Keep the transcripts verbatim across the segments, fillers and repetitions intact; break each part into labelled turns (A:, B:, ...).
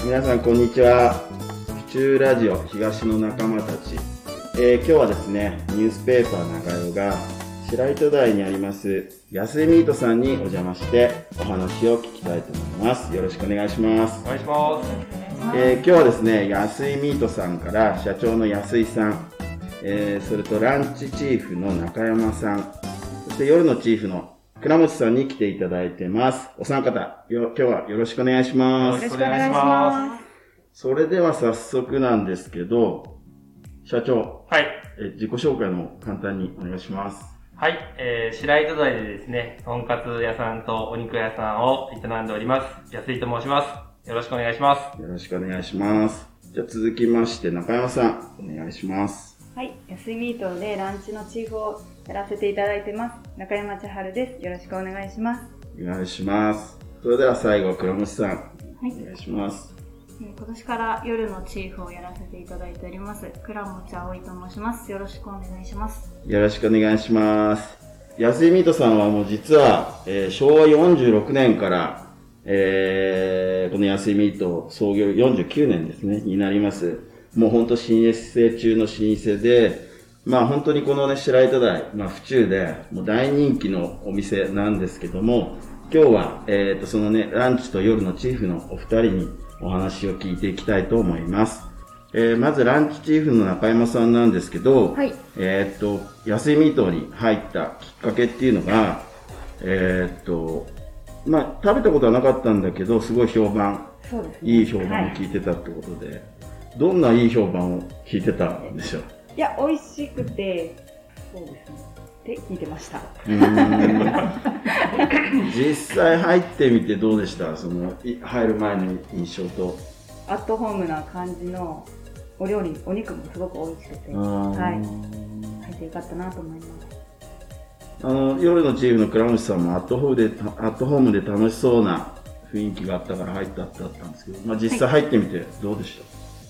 A: 皆さんこんにちは。府中ラジオ東の仲間たち、えー、今日はですね、ニュースペーパー長代が白糸台にあります安井ミートさんにお邪魔してお話を聞きたいと思います。よろしくお願いします。
B: お願いします。
A: えー、今日はですね、安井ミートさんから社長の安井さん、えー、それとランチチーフの中山さん、そして夜のチーフの倉持さんに来ていただいてます。お三方、よ今日はよろしくお願いします。
C: よろしくお願いします。
A: それでは早速なんですけど、社長、
B: はい、
A: え自己紹介の簡単にお願いします。
B: はい、えー、白糸台でですね、とんかつ屋さんとお肉屋さんを営んでおります。安井と申します。よろしくお願いします。
A: よろしくお願いします。じゃあ続きまして中山さん、お願いします。
C: はい、安井ミートでランチのチーフをやらせていただいてます。中山千春です。よろしくお願いします。
A: お願いします。それでは最後、倉持さん、はい、お願いします。
D: 今年から夜のチーフをやらせていただいております倉持葵と申します。よろしくお願いします。
A: よろしくお願いします。安井ミートさんはもう実は、えー、しょうわよんじゅうろくねんから、えー、この安井ミート創業よんじゅうきゅうねんですね、になります。もう本当老舗中の老舗で、まあ本当にこのね、白糸台、まあ府中でもう大人気のお店なんですけども、今日は、えっと、そのね、ランチと夜のチーフのお二人にお話を聞いていきたいと思います。えー、まずランチチーフの中山さんなんですけど、
C: はい、
A: えっと、安井ミートに入ったきっかけっていうのが、えっと、まあ食べたことはなかったんだけど、すごい評判、
C: そうですね、
A: いい評判を聞いてたってことで、はい、どんないい評判を聞いてたんでしょう？
C: いや、美味しくて、そうですね。って聞いてました。うー
A: ん実際入ってみてどうでした？その入る前の印象と。
C: アットホームな感じのお料理、お肉もすごく美味しくて、はい、入ってよかったなと思います。
A: あの夜のチーフの倉持さんもアットホームでアットホームで楽しそうな雰囲気があったから入ったってあったんですけど、まあ実際入ってみてどうでした？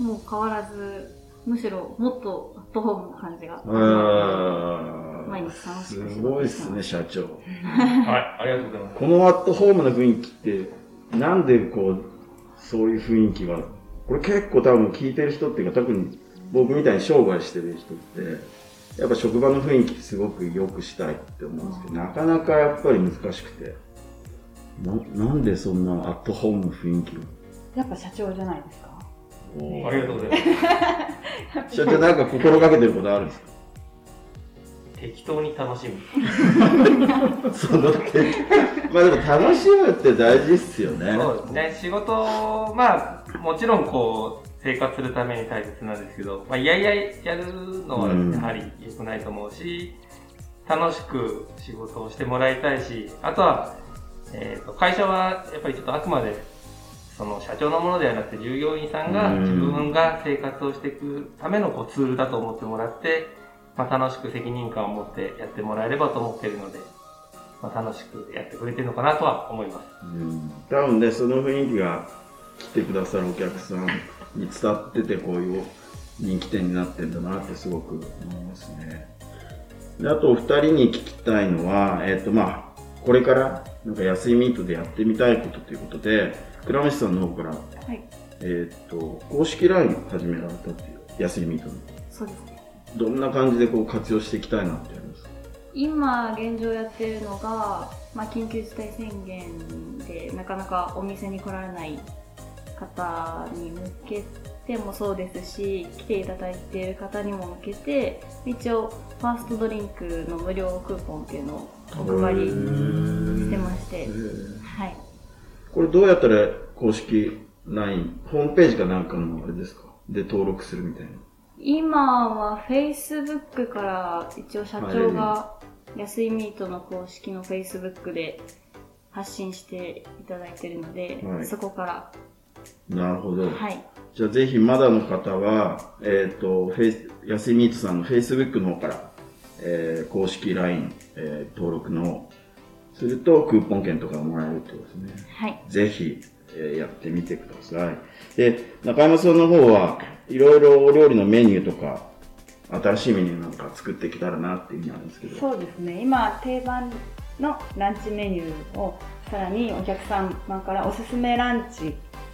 D: はい、もう変わらず、むしろもっとアットホームな感じが。毎日楽しく
A: すごいですね、社長。
B: はい、ありがとうございます。
A: このアットホームな雰囲気ってなんでこうそういう雰囲気が、これ結構多分聞いてる人っていうか、特に僕みたいに商売してる人ってやっぱ職場の雰囲気すごく良くしたいって思うんですけど、なかなかやっぱり難しくて、な, なんでそんなアットホームの雰囲気を。
C: やっぱ社長じゃないですか。
B: ありがとうございます。
A: 社長なんか心がけてることあるんですか？
B: 適当に楽しむ。
A: そのまあでも楽しむって大事っすよね。
B: そうですね。仕事、まあもちろんこう生活するために大切なんですけど、まあいやいややるのはやはり良くないと思うし、うん、楽しく仕事をしてもらいたいし、あとは、えーと、会社はやっぱりちょっとあくまでその社長のものではなくて従業員さんが自分が生活をしていくためのこうツールだと思ってもらって、まあ、楽しく責任感を持ってやってもらえればと思っているので、まあ、楽しくやってくれてるのかなとは思います。
A: うん、多分ね、その雰囲気が来てくださるお客さんに伝わってて、こういう人気店になってんだなってすごく思いますね。であとお二人に聞きたいのは、えっとまあこれからなんか安井ミートでやってみたいことということで、倉持さんの方から、はい、えっと公式 ライン を始められたっていう、安井ミートの。
D: そうですね。
A: どんな感じでこう活用していきたいなってありますか？
D: 今現状やってるのが、まあ、緊急事態宣言でなかなかお店に来られない方に向けてもそうですし、来ていただいている方にも向けて一応ファーストドリンクの無料クーポンっていうのをお配りしてまして、はい、
A: これどうやったら公式 ライン ホームページかなんかのあれですかで登録するみたいな？
D: 今は Facebook から一応社長が安井ミートの公式の Facebook で発信していただいているので、はい、そこから。
A: なるほど。
D: はい。
A: じゃあぜひまだの方は、えっと、フェイス、安井ミートさんの Facebook の方から、えー、公式 ライン、えー、登録のするとクーポン券とかもらえるってことですね。
D: はい。
A: ぜひ、えー、やってみてください。で、中山さんの方はいろいろお料理のメニューとか新しいメニューなんか作っていけたらなっていうふうにあるんですけど。
C: そうですね。今定番のランチメニューをさらにお客様からおすすめランチ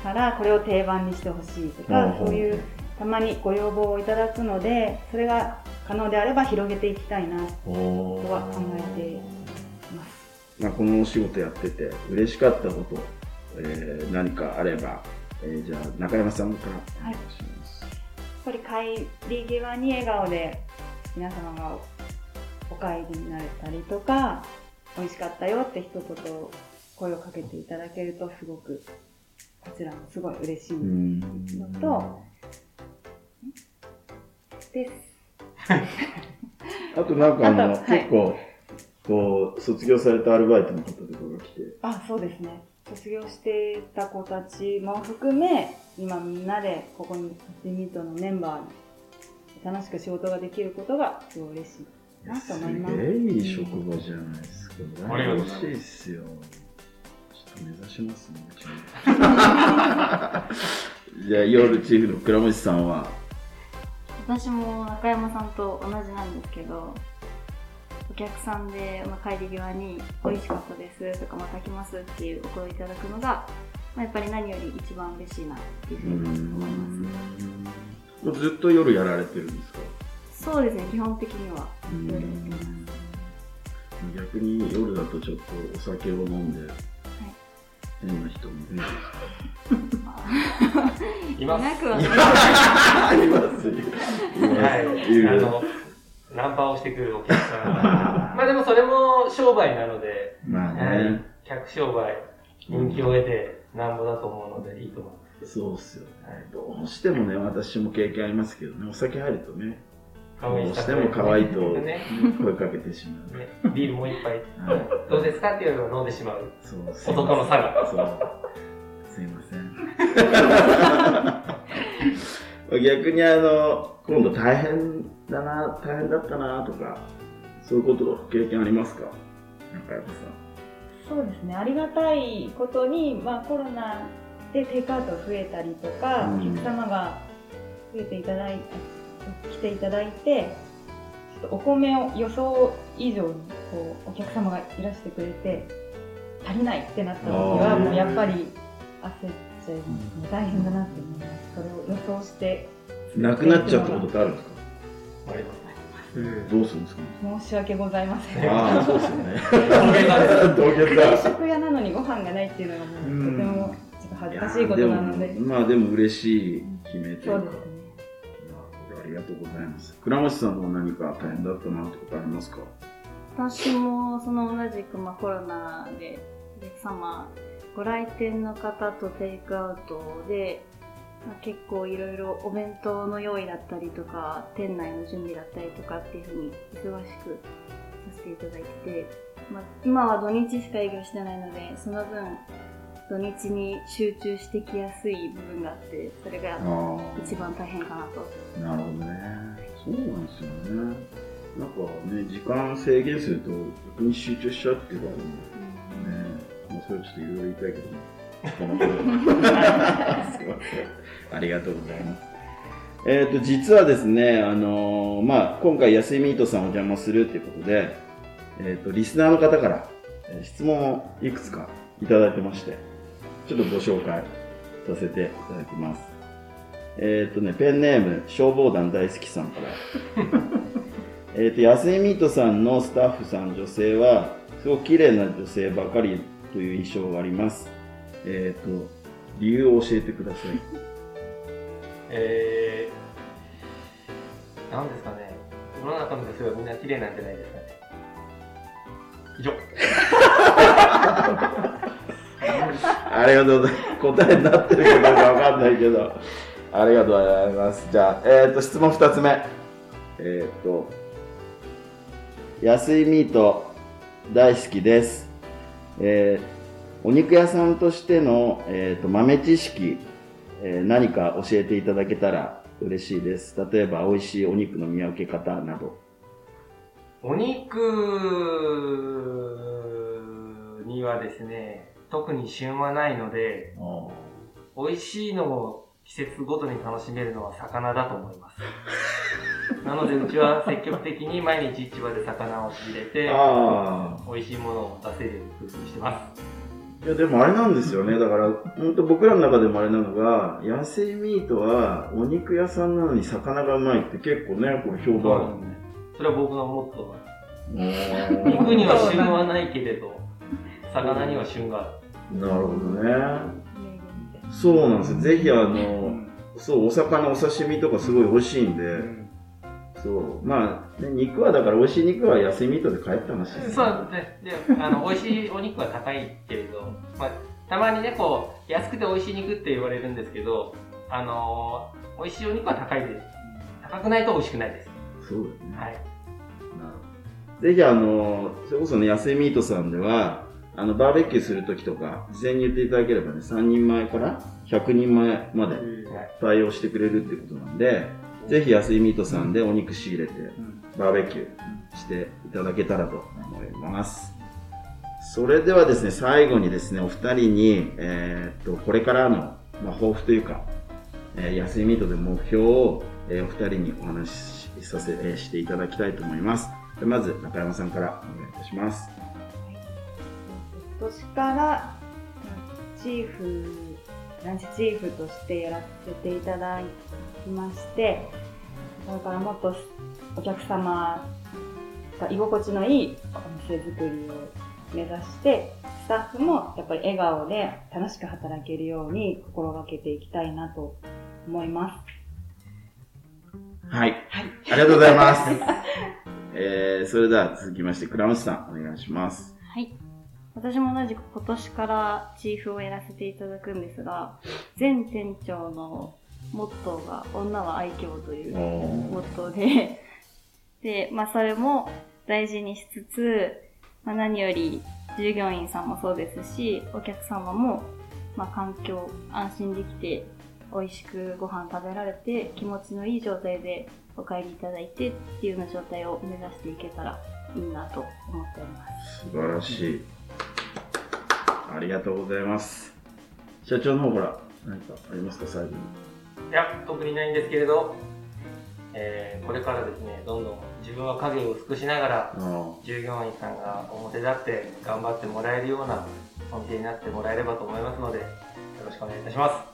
C: からこれを定番にしてほしいとか、そういうたまにご要望をいただくので、それが可能であれば広げていきたいなとは考えています。
A: まあ、このお仕事やってて嬉しかったこと、えー、何かあれば、えー、じゃあ中山さんからお願いします。
C: はい、やっぱり帰り際に笑顔で皆様がお帰りになれたりとか、美味しかったよって一言声をかけていただけるとすごくこちらもすごい嬉しいのとです。
A: あとなんかあの、
C: あと、
A: 結構こう卒業されたアルバイトの方とかが来て、
C: あ、そうですね。卒業してた子たちも含め、今みんなでここにヤスイミートのメンバーに楽しく仕事ができることがすごい嬉しいなと思います。
A: すげえいい職場じゃないですか。
B: ありがとうございます。
A: 嬉しいっすよ。ちょっと目指しますね。じゃあ夜チーフの倉持さんは。
D: 私も中山さんと同じなんですけど、お客さんで、まあ、帰り際に美味しかったですとかまた来ますっていうお声をいただくのが、まあ、やっぱり何より一番嬉しいなっていうふうに思います。
A: ずっと夜やられてるんですか？
D: そうですね、基本的には夜やってます。
A: 逆に夜だとちょっとお酒を飲んで、はい、変な人もいるんですか？
B: います。
D: いなくはない。
A: いますよ。
B: はい。あの、ナンパをしてくるお客さん。まあでもそれも商売なので、
A: まあね、
B: はい、客商売、人気を得てなんぼだと思うのでいいと思います。
A: そうっすよね。どうしてもね、私も経験ありますけどね、お酒入るとね、どうしても可愛いと声かけてしまう。
B: ね、ビールもう一杯、どうですかっていうのを飲んでしまう。
A: そう
B: 男の差が。
A: そう。すいません。逆にあの、今度大変だな、大変だったなとか、そういうこと経験ありますか？中山さん。
C: そうですね、ありがたいことに、まあコロナでテイクアウト増えたりとか、うん、お客様が増えていただいて、来ていただいて、ちょっとお米を予想以上にこうお客様がいらしてくれて、足りないってなった時は、もうやっぱり焦っちゃいます。大変だなって思います。それを予想して。
A: なくなっちゃったことってあるんですか？
B: あります。
A: どうするんですか？
C: 申し訳ございません。
A: ああ、そうですよね。
C: 定食屋なのにご飯がないっていうのがもうとてもちょっと恥ずかしいことなので。
A: まあでも嬉しい決めというか。
C: そうですね。
A: ありがとうございます。倉持さんも何か大変だったなってことありますか？
D: 私もその同じくまあコロナでお客様ご来店の方とテイクアウトで、まあ、結構いろいろお弁当の用意だったりとか店内の準備だったりとかっていうふうに忙しくさせていただいてて、まあ、今は土日しか営業してないのでその分土日に集中してきやすい部分があって、それが一番大変かなと。
A: なるほどね。そうなんですよね。なんかね、時間制限すると逆に集中しちゃうっていうかね、うん、もうそれちょっといろいろ言いたいけど、この頃すいません。ありがとうございます。えっと、実はですね、あのー、まあ、今回ヤスイミートさんをお邪魔するということで、えっと、リスナーの方から、えー、質問をいくつかいただいてまして、ちょっとご紹介させていただきます。えっとね、ペンネーム、消防団大好きさんから。えっと、ヤスイミートさんのスタッフさん、女性は、すごく綺麗な女性ばかりという印象があります。えっと、理由を教えてください。
B: えー、なんですかね。世の中の女性はみんな綺麗なんじゃないですかね。以上。
A: ありがとうございます。答えになってるかどうかわかんないけど、ありがとうございます。じゃあ、えっと、質問ふたつめ。えっと、ヤスイミート大好きです。えー、お肉屋さんとしての、えー、と豆知識、えー、何か教えていただけたら嬉しいです。例えば、美味しいお肉の見分け方など。
B: お肉にはですね、特に旬はないので、美味しいのを季節ごとに楽しめるのは魚だと思います。なのでうちは積極的に毎日市場で魚を仕入れて、美味しいものを出せるように工夫してます。
A: いやでもあれなんですよね。だから本当僕らの中でもあれなのが、野生ミートはお肉屋さんなのに魚がうまいって結構ね、これ評判あるよね。
B: それは僕のモットーなんです。肉には旬はないけれど、魚には旬がある。
A: なるほどね。そうなんですよ。ぜひあの、そう、お魚、お刺身とかすごい美味しいんで、うん、そう、まあ、ね、肉はだから美味しい肉は野生ミートで買えって話ですね。
B: そうですね。で、あの、美味しいお肉は高いけれど、まあ、たまにね、こう、安くて美味しい肉って言われるんですけど、あのー、美味しいお肉は高いです。高くないと美味しくないです。
A: そうですね。
B: はい。
A: なるほど。ぜひあの、それこそね、野生ミートさんでは、あの、バーベキューするときとか、事前に言っていただければね、さんにんまえからひゃくにんまえまで対応してくれるってことなんで、ぜひ安井ミートさんでお肉仕入れて、バーベキューしていただけたらと思います。それではですね、最後にですね、お二人に、えー、っと、これからの、まあ、抱負というか、えー、安井ミートで目標を、えー、お二人にお話しさせ、えー、していただきたいと思います。でまず、中山さんからお願いいたします。
C: 今年からチーフ、ランチチーフとしてやらせていただきまして、これからもっとお客様が居心地のいいお店作りを目指して、スタッフもやっぱり笑顔で楽しく働けるように心がけていきたいなと思います。
A: はい。はい、ありがとうございます。えー、それでは続きまして、倉持さん、お願いします。
D: はい。私も同じく今年からチーフをやらせていただくんですが、前店長のモットーが女は愛嬌というモットーで、で、まあそれも大事にしつつ、まあ何より従業員さんもそうですし、お客様も、まあ環境、安心できて美味しくご飯食べられて気持ちのいい状態でお帰りいただいてっていうような状態を目指していけたらいいなと思っております。
A: 素晴らしい。ありがとうございます。社長の方から何かありますか、最後に。
B: いや、特にないんですけれど、えー、これからですね、どんどん自分は影を薄くしながら、従業員さんが表立って頑張ってもらえるようなお店になってもらえればと思いますので、よろしくお願いいたします。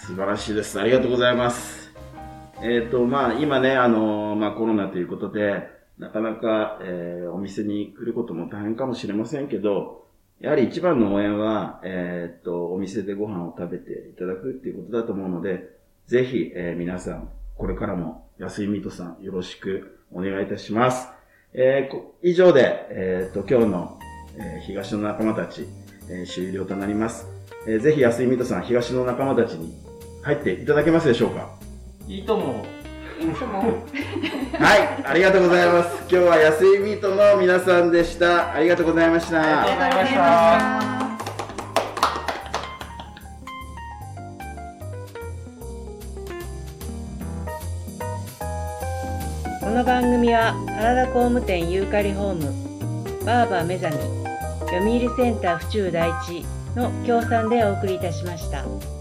A: 素晴らしいです。ありがとうございます。えっと、まあ、今ね、あの、まあ、コロナということで、なかなか、えー、お店に来ることも大変かもしれませんけど、やはり一番の応援は、えー、っと、お店でご飯を食べていただくっていうことだと思うので、ぜひ、えー、皆さん、これからも安井ミートさんよろしくお願いいたします。えー、以上で、えー、っと、今日の、えー、東の仲間たち、えー、終了となります。えー、ぜひ安井ミートさん、東の仲間たちに入っていただけますでしょうか。
B: いいと思う。いいと思う。
A: はい、ありがとうございます。今日は安井ミートの皆さんでした。ありがとうございました。
B: ありがとうございました。
E: この番組は原田工務店ユーカリホーム、バーバーメザミ、読売センター府中第一の協賛でお送りいたしました。